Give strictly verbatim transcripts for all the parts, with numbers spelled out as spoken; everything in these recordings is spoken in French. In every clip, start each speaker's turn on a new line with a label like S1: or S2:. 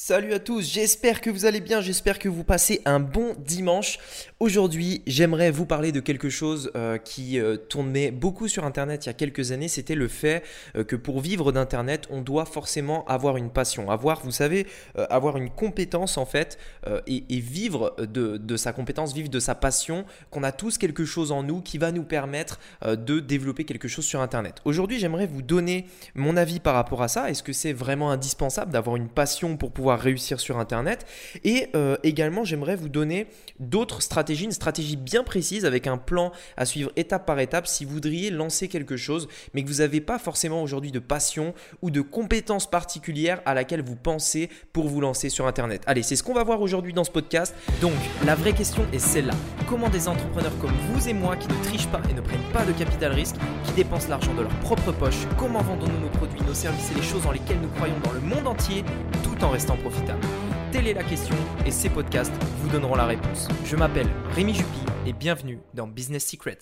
S1: Salut à tous, j'espère que vous allez bien, j'espère que vous passez un bon dimanche. Aujourd'hui, j'aimerais vous parler de quelque chose euh, qui euh, tournait beaucoup sur Internet il y a quelques années. C'était le fait euh, que pour vivre d'Internet, on doit forcément avoir une passion, avoir, vous savez, euh, avoir une compétence en fait euh, et, et vivre de, de sa compétence, vivre de sa passion, qu'on a tous quelque chose en nous qui va nous permettre euh, de développer quelque chose sur Internet. Aujourd'hui, j'aimerais vous donner mon avis par rapport à ça. Est-ce que c'est vraiment indispensable d'avoir une passion pour pouvoir réussir sur Internet? Et euh, également, j'aimerais vous donner d'autres stratégies, une stratégie bien précise avec un plan à suivre étape par étape si vous voudriez lancer quelque chose, mais que vous n'avez pas forcément aujourd'hui de passion ou de compétences particulières à laquelle vous pensez pour vous lancer sur Internet. Allez, c'est ce qu'on va voir aujourd'hui dans ce podcast. Donc, la vraie question est celle-là. Comment des entrepreneurs comme vous et moi qui ne trichent pas et ne prennent pas de capital risque, qui dépensent l'argent de leur propre poche, comment vendons-nous nos produits, nos services et les choses dans lesquelles nous croyons dans le monde entier tout en restant profitable? Telle est la question et ces podcasts vous donneront la réponse. Je m'appelle Rémi Jupy et bienvenue dans Business Secrets.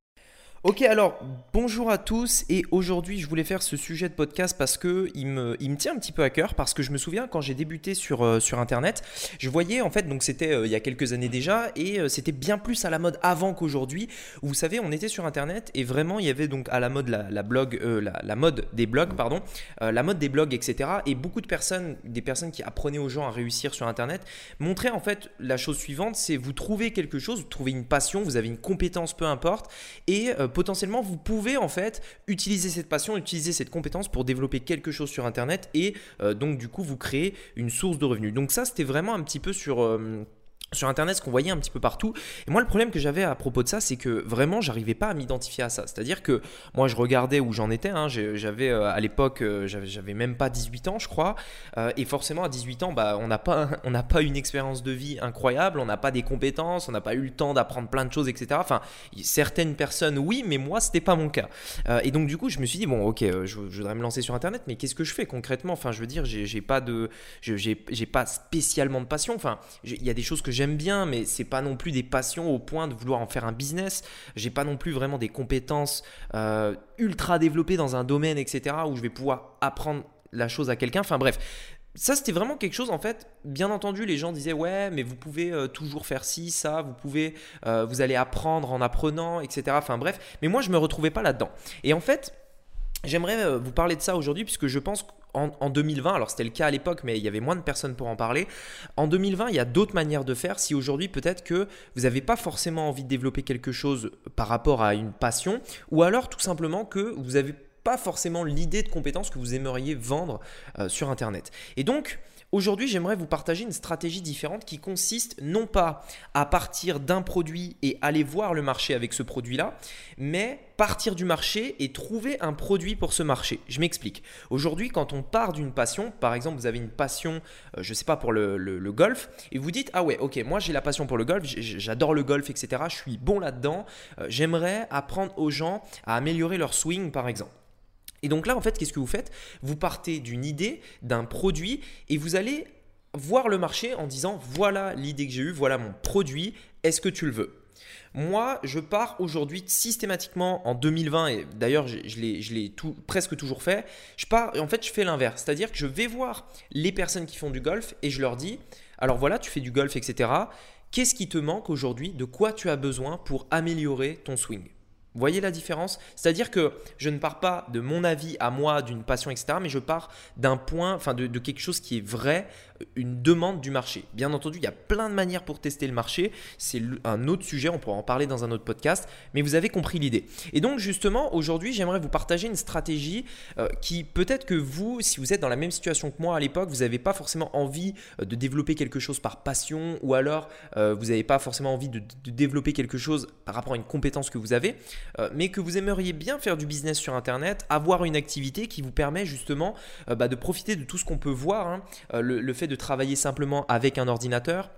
S1: Ok, alors bonjour à tous et aujourd'hui je voulais faire ce sujet de podcast parce que il me, il me tient un petit peu à cœur parce que je me souviens quand j'ai débuté sur, euh, sur Internet, je voyais en fait, donc c'était euh, il y a quelques années déjà et euh, c'était bien plus à la mode avant qu'aujourd'hui. Vous savez, on était sur Internet et vraiment il y avait donc à la mode la, la, blog, euh, la, la mode des blogs, pardon, euh, la mode des blogs, et cetera. Et beaucoup de personnes, des personnes qui apprenaient aux gens à réussir sur Internet, montraient en fait la chose suivante, c'est vous trouvez quelque chose, vous trouvez une passion, vous avez une compétence, peu importe, et euh, potentiellement, vous pouvez en fait utiliser cette passion, utiliser cette compétence pour développer quelque chose sur Internet et euh, donc du coup vous créer une source de revenus. Donc ça, c'était vraiment un petit peu sur... Euh, sur Internet, ce qu'on voyait un petit peu partout. Et moi, le problème que j'avais à propos de ça, c'est que vraiment, j'arrivais pas à m'identifier à ça. C'est-à-dire que moi, je regardais où j'en étais. Hein. J'avais euh, à l'époque, euh, j'avais, j'avais même pas dix-huit ans, je crois. Euh, et forcément, à dix-huit ans, bah, on n'a pas, on n'a pas une expérience de vie incroyable. On n'a pas des compétences. On n'a pas eu le temps d'apprendre plein de choses, et cetera. Enfin, certaines personnes, oui, mais moi, c'était pas mon cas. Euh, et donc, du coup, je me suis dit, bon, ok, euh, je, je voudrais me lancer sur Internet, mais qu'est-ce que je fais concrètement? Enfin, je veux dire, j'ai, j'ai pas de, je, j'ai, j'ai pas spécialement de passion. Enfin, il y a des choses que j'aime bien, mais c'est pas non plus des passions au point de vouloir en faire un business. J'ai pas non plus vraiment des compétences euh, ultra développées dans un domaine, et cetera, où je vais pouvoir apprendre la chose à quelqu'un. Enfin bref, ça c'était vraiment quelque chose en fait. Bien entendu, les gens disaient ouais, mais vous pouvez euh, toujours faire ci, ça, vous pouvez, euh, vous allez apprendre en apprenant, et cetera. Enfin bref, mais moi je me retrouvais pas là-dedans. Et en fait, j'aimerais vous parler de ça aujourd'hui puisque je pense qu'en en deux mille vingt, alors c'était le cas à l'époque mais il y avait moins de personnes pour en parler, en deux mille vingt il y a d'autres manières de faire. Si aujourd'hui peut-être que vous n'avez pas forcément envie de développer quelque chose par rapport à une passion ou alors tout simplement que vous n'avez pas forcément l'idée de compétences que vous aimeriez vendre euh, sur Internet. Et donc aujourd'hui, j'aimerais vous partager une stratégie différente qui consiste non pas à partir d'un produit et aller voir le marché avec ce produit-là, mais partir du marché et trouver un produit pour ce marché. Je m'explique. Aujourd'hui, quand on part d'une passion, par exemple, vous avez une passion, euh, je ne sais pas, pour le, le, le golf, et vous dites, ah ouais, ok, moi j'ai la passion pour le golf, j'adore le golf, et cetera, je suis bon là-dedans, euh, j'aimerais apprendre aux gens à améliorer leur swing, par exemple. Et donc là, en fait, qu'est-ce que vous faites? Vous partez d'une idée, d'un produit et vous allez voir le marché en disant voilà l'idée que j'ai eue, voilà mon produit, est-ce que tu le veux? Moi, je pars aujourd'hui systématiquement en deux mille vingt et d'ailleurs, je, je l'ai, je l'ai tout, presque toujours fait. Je pars et en fait, je fais l'inverse, c'est-à-dire que je vais voir les personnes qui font du golf et je leur dis alors voilà, tu fais du golf, et cetera. Qu'est-ce qui te manque aujourd'hui? De quoi tu as besoin pour améliorer ton swing? Vous voyez la différence? C'est-à-dire que je ne pars pas de mon avis à moi, d'une passion, et cetera, mais je pars d'un point, enfin de, de quelque chose qui est vrai, une demande du marché. Bien entendu, il y a plein de manières pour tester le marché. C'est un autre sujet, on pourra en parler dans un autre podcast, mais vous avez compris l'idée. Et donc justement, aujourd'hui, j'aimerais vous partager une stratégie euh, qui peut-être que vous, si vous êtes dans la même situation que moi à l'époque, vous n'avez pas forcément envie euh, de développer quelque chose par passion ou alors euh, vous n'avez pas forcément envie de, de développer quelque chose par rapport à une compétence que vous avez. Euh, mais que vous aimeriez bien faire du business sur Internet, avoir une activité qui vous permet justement euh, bah, de profiter de tout ce qu'on peut voir, hein, euh, le, le fait de travailler simplement avec un ordinateur,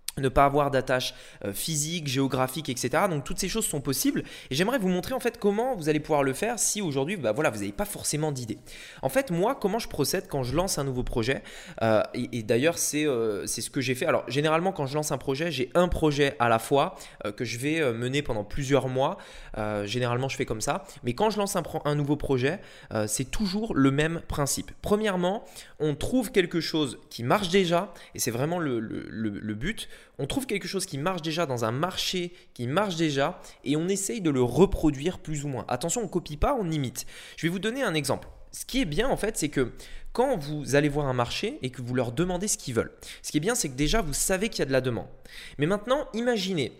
S1: ne pas avoir d'attache euh, physique, géographique, et cetera. Donc toutes ces choses sont possibles et j'aimerais vous montrer en fait comment vous allez pouvoir le faire si aujourd'hui bah, voilà, vous n'avez pas forcément d'idée. En fait, moi, comment je procède quand je lance un nouveau projet euh, et, et d'ailleurs, c'est, euh, c'est ce que j'ai fait. Alors généralement, quand je lance un projet, j'ai un projet à la fois euh, que je vais euh, mener pendant plusieurs mois. Euh, généralement, je fais comme ça. Mais quand je lance un, pro- un nouveau projet, euh, c'est toujours le même principe. Premièrement, on trouve quelque chose qui marche déjà et c'est vraiment le, le, le, le but. On trouve quelque chose qui marche déjà dans un marché qui marche déjà et on essaye de le reproduire plus ou moins. Attention, on ne copie pas, on imite. Je vais vous donner un exemple. Ce qui est bien en fait, c'est que quand vous allez voir un marché et que vous leur demandez ce qu'ils veulent, ce qui est bien, c'est que déjà vous savez qu'il y a de la demande. Mais maintenant, imaginez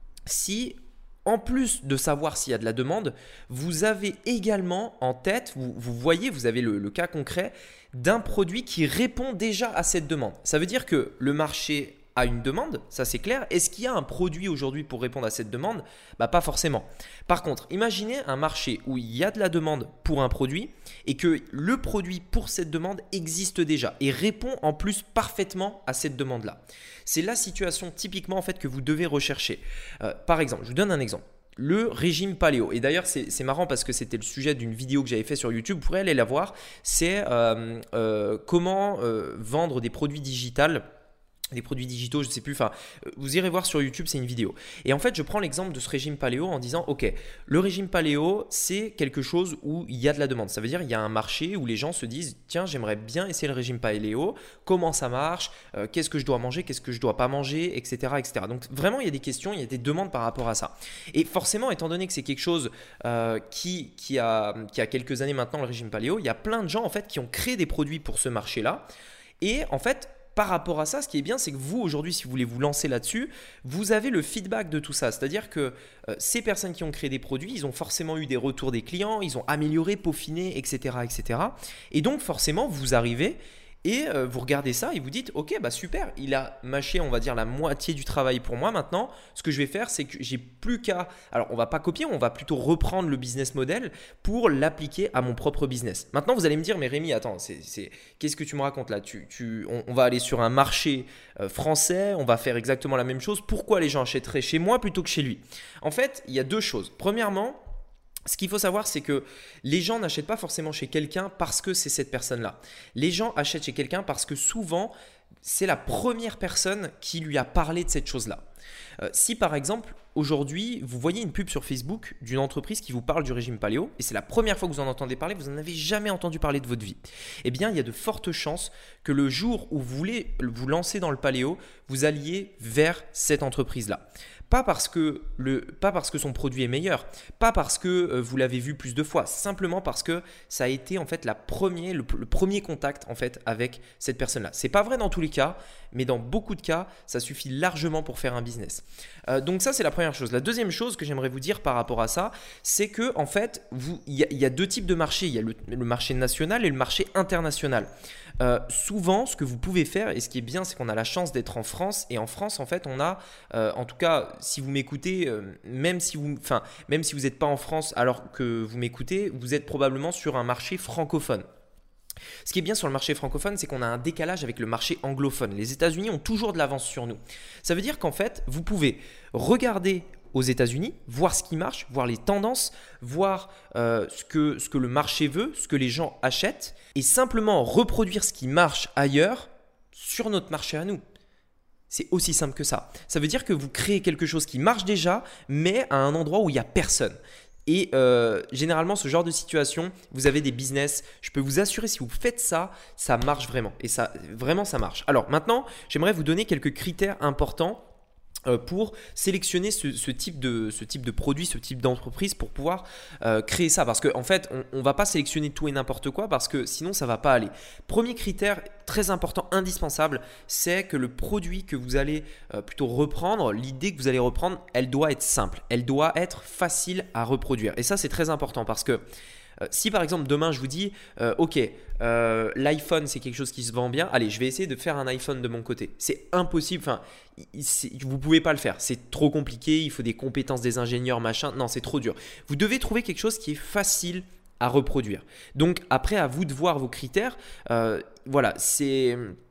S1: si en plus de savoir s'il y a de la demande, vous avez également en tête, vous, vous voyez, vous avez le, le cas concret d'un produit qui répond déjà à cette demande. Ça veut dire que le marché a une demande, ça c'est clair. Est-ce qu'il y a un produit aujourd'hui pour répondre à cette demande ? Bah, pas forcément. Par contre, imaginez un marché où il y a de la demande pour un produit et que le produit pour cette demande existe déjà et répond en plus parfaitement à cette demande-là. C'est la situation typiquement en fait que vous devez rechercher. Euh, par exemple, je vous donne un exemple. Le régime paléo. Et d'ailleurs, c'est, c'est marrant parce que c'était le sujet d'une vidéo que j'avais fait sur YouTube. Vous pourrez aller la voir. C'est euh, euh, comment euh, vendre des produits digitaux. Des produits digitaux, je ne sais plus, enfin, vous irez voir sur YouTube, c'est une vidéo. Et en fait, je prends l'exemple de ce régime paléo en disant, ok, le régime paléo, c'est quelque chose où il y a de la demande. Ça veut dire qu'il y a un marché où les gens se disent, tiens, j'aimerais bien essayer le régime paléo, comment ça marche, euh, qu'est-ce que je dois manger, qu'est-ce que je ne dois pas manger, et cetera, et cetera. Donc vraiment, il y a des questions, il y a des demandes par rapport à ça. Et forcément, étant donné que c'est quelque chose euh, qui, qui, a, qui a quelques années maintenant, le régime paléo, il y a plein de gens en fait qui ont créé des produits pour ce marché-là. Et en fait, par rapport à ça, ce qui est bien, c'est que vous, aujourd'hui, si vous voulez vous lancer là-dessus, vous avez le feedback de tout ça. C'est-à-dire que euh, ces personnes qui ont créé des produits, ils ont forcément eu des retours des clients, ils ont amélioré, peaufiné, et cetera, et cetera. Et donc, forcément, vous arrivez et euh, vous regardez ça et vous dites, ok, bah super, il a mâché, on va dire, la moitié du travail pour moi. Maintenant, ce que je vais faire, c'est que j'ai plus qu'à… Alors, on va pas copier, on va plutôt reprendre le business model pour l'appliquer à mon propre business. Maintenant, vous allez me dire, mais Rémi, attends, c'est, c'est, qu'est-ce que tu me racontes là tu, tu, on, on va aller sur un marché euh, français, on va faire exactement la même chose. Pourquoi les gens achèteraient chez moi plutôt que chez lui ? En fait, il y a deux choses. Premièrement, ce qu'il faut savoir, c'est que les gens n'achètent pas forcément chez quelqu'un parce que c'est cette personne-là. Les gens achètent chez quelqu'un parce que souvent, c'est la première personne qui lui a parlé de cette chose-là. Euh, si par exemple, aujourd'hui, vous voyez une pub sur Facebook d'une entreprise qui vous parle du régime paléo et c'est la première fois que vous en entendez parler, vous n'en avez jamais entendu parler de votre vie, eh bien, il y a de fortes chances que le jour où vous voulez vous lancer dans le paléo, vous alliez vers cette entreprise-là. Pas parce que, le, pas parce que son produit est meilleur, pas parce que euh, vous l'avez vu plus de fois, simplement parce que ça a été en fait la premier, le, le premier contact en fait avec cette personne-là. C'est pas vrai dans tous les cas, mais dans beaucoup de cas, ça suffit largement pour faire un business. Euh, donc ça, c'est la première chose. La deuxième chose que j'aimerais vous dire par rapport à ça, c'est que en fait, vous, il y, y a deux types de marchés. Il y a le, le marché national et le marché international. Euh, souvent, ce que vous pouvez faire, et ce qui est bien, c'est qu'on a la chance d'être en France. Et en France, en fait, on a, euh, en tout cas, si vous m'écoutez, euh, même si vous, enfin, même si vous n'êtes pas en France alors que vous m'écoutez, vous êtes probablement sur un marché francophone. Ce qui est bien sur le marché francophone, c'est qu'on a un décalage avec le marché anglophone. Les États-Unis ont toujours de l'avance sur nous. Ça veut dire qu'en fait, vous pouvez regarder aux États-Unis, voir ce qui marche, voir les tendances, voir euh, ce, que, ce que le marché veut, ce que les gens achètent et simplement reproduire ce qui marche ailleurs sur notre marché à nous. C'est aussi simple que ça. Ça veut dire que vous créez quelque chose qui marche déjà, mais à un endroit où il n'y a personne. Et euh, généralement, ce genre de situation, vous avez des business. Je peux vous assurer, si vous faites ça, ça marche vraiment. Et ça, vraiment, ça marche. Alors maintenant, j'aimerais vous donner quelques critères importants pour sélectionner ce, ce, type de, ce type de produit, ce type d'entreprise pour pouvoir euh, créer ça. Parce qu'en en fait, on ne va pas sélectionner tout et n'importe quoi parce que sinon, ça ne va pas aller. Premier critère très important, indispensable, c'est que le produit que vous allez euh, plutôt reprendre, l'idée que vous allez reprendre, elle doit être simple. Elle doit être facile à reproduire. Et ça, c'est très important parce que Euh, si par exemple demain je vous dis euh, ok euh, l'iPhone c'est quelque chose qui se vend bien, allez je vais essayer de faire un iPhone de mon côté, c'est impossible, enfin vous pouvez pas le faire, c'est trop compliqué, il faut des compétences des ingénieurs machin, non c'est trop dur, vous devez trouver quelque chose qui est facile à reproduire. Donc après à vous de voir vos critères, euh, voilà c'est…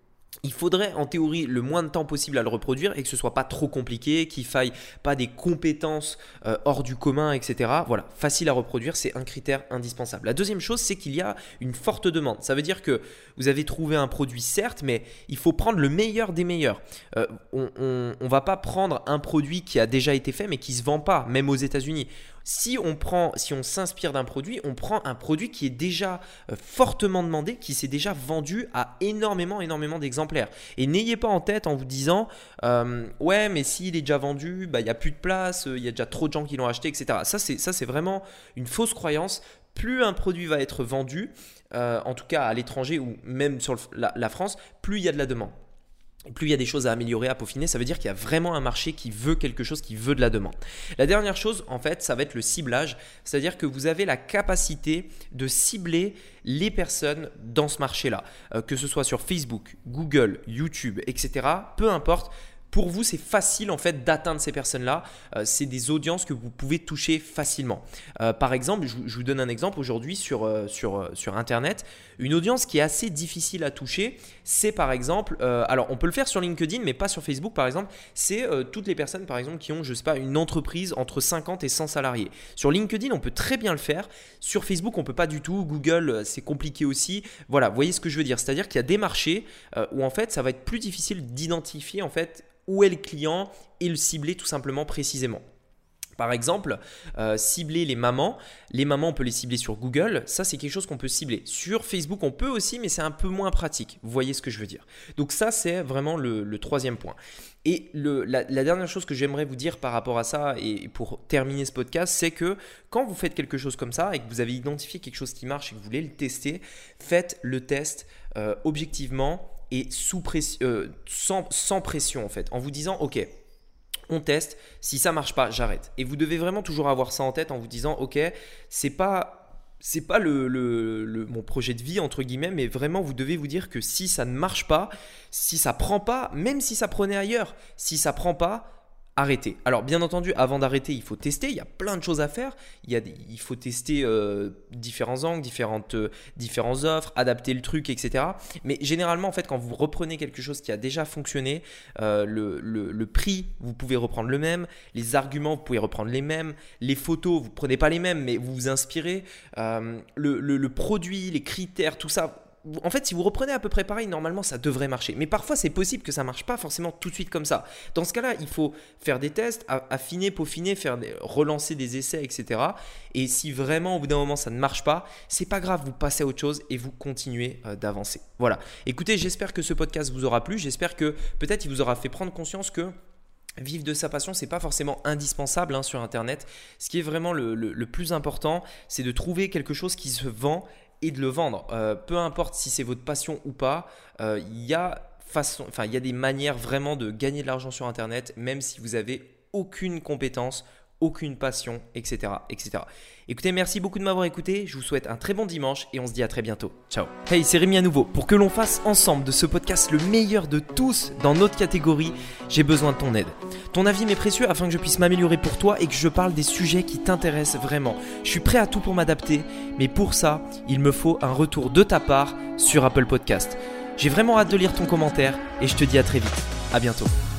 S1: il faudrait en théorie le moins de temps possible à le reproduire et que ce soit pas trop compliqué, qu'il faille pas des compétences euh, hors du commun, et cetera. Voilà, facile à reproduire, c'est un critère indispensable. La deuxième chose, c'est qu'il y a une forte demande. Ça veut dire que vous avez trouvé un produit, certes, mais il faut prendre le meilleur des meilleurs. Euh, on ne va pas prendre un produit qui a déjà été fait mais qui ne se vend pas, même aux États-Unis. Si on prend, si on s'inspire d'un produit, on prend un produit qui est déjà euh, fortement demandé, qui s'est déjà vendu à énormément, énormément d'exemplaires. Et n'ayez pas en tête en vous disant euh, ouais, mais s'il est déjà vendu, bah, il n'y a plus de place, il y a déjà trop de gens qui l'ont acheté, et cetera. Ça, c'est, ça, c'est vraiment une fausse croyance. Plus un produit va être vendu, euh, en tout cas à l'étranger ou même sur le, la, la France, plus il y a de la demande. Et plus il y a des choses à améliorer, à peaufiner, ça veut dire qu'il y a vraiment un marché qui veut quelque chose, qui veut de la demande. La dernière chose, en fait, ça va être le ciblage. C'est-à-dire que vous avez la capacité de cibler les personnes dans ce marché-là. Euh, que ce soit sur Facebook, Google, YouTube, et cetera. Peu importe. Pour vous, c'est facile en fait d'atteindre ces personnes-là. Euh, c'est des audiences que vous pouvez toucher facilement. Euh, par exemple, je, je vous donne un exemple aujourd'hui sur, euh, sur, euh, sur Internet. Une audience qui est assez difficile à toucher, c'est par exemple, euh, alors on peut le faire sur LinkedIn, mais pas sur Facebook par exemple, c'est euh, toutes les personnes par exemple qui ont, je sais pas, une entreprise entre cinquante et cent salariés. Sur LinkedIn, on peut très bien le faire. Sur Facebook, on ne peut pas du tout. Google, c'est compliqué aussi. Voilà, vous voyez ce que je veux dire. C'est-à-dire qu'il y a des marchés euh, où en fait, ça va être plus difficile d'identifier en fait où est le client et le cibler tout simplement précisément. Par exemple, euh, cibler les mamans. Les mamans, on peut les cibler sur Google. Ça, c'est quelque chose qu'on peut cibler. Sur Facebook, on peut aussi, mais c'est un peu moins pratique. Vous voyez ce que je veux dire. Donc ça, c'est vraiment le, le troisième point. Et le, la, la dernière chose que j'aimerais vous dire par rapport à ça et pour terminer ce podcast, c'est que quand vous faites quelque chose comme ça et que vous avez identifié quelque chose qui marche et que vous voulez le tester, faites le test euh, objectivement et sous pression, euh, sans, sans pression en fait, en vous disant ok, on teste, si ça marche pas, j'arrête. Et vous devez vraiment toujours avoir ça en tête en vous disant ok, c'est pas c'est pas le, le, le mon projet de vie entre guillemets, mais vraiment vous devez vous dire que si ça ne marche pas, si ça prend pas, même si ça prenait ailleurs, si ça prend pas, arrêter. Alors bien entendu, avant d'arrêter, il faut tester. Il y a plein de choses à faire. Il, y a des, il faut tester euh, différents angles, différentes, euh, différentes offres, adapter le truc, et cetera. Mais généralement, en fait, quand vous reprenez quelque chose qui a déjà fonctionné, euh, le, le, le prix, vous pouvez reprendre le même. Les arguments, vous pouvez reprendre les mêmes. Les photos, vous ne prenez pas les mêmes, mais vous vous inspirez. Euh, le, le, le produit, les critères, tout ça. En fait, si vous reprenez à peu près pareil, normalement, ça devrait marcher. Mais parfois, c'est possible que ça ne marche pas forcément tout de suite comme ça. Dans ce cas-là, il faut faire des tests, affiner, peaufiner, faire des, relancer des essais, et cetera. Et si vraiment, au bout d'un moment, ça ne marche pas, c'est pas grave, vous passez à autre chose et vous continuez euh, d'avancer. Voilà. Écoutez, j'espère que ce podcast vous aura plu. J'espère que peut-être il vous aura fait prendre conscience que vivre de sa passion, c'est pas forcément indispensable hein, sur Internet. Ce qui est vraiment le, le, le plus important, c'est de trouver quelque chose qui se vend et de le vendre. Euh, peu importe si c'est votre passion ou pas, euh, il y a façon, enfin, il y a des manières vraiment de gagner de l'argent sur Internet, même si vous avez aucune compétence, aucune passion, et cetera, et cetera. Écoutez, merci beaucoup de m'avoir écouté. Je vous souhaite un très bon dimanche et on se dit à très bientôt. Ciao. Hey, c'est Rémi à nouveau. Pour que l'on fasse ensemble de ce podcast le meilleur de tous dans notre catégorie, j'ai besoin de ton aide. Ton avis m'est précieux afin que je puisse m'améliorer pour toi et que je parle des sujets qui t'intéressent vraiment. Je suis prêt à tout pour m'adapter, mais pour ça, il me faut un retour de ta part sur Apple Podcast. J'ai vraiment hâte de lire ton commentaire et je te dis à très vite. À bientôt.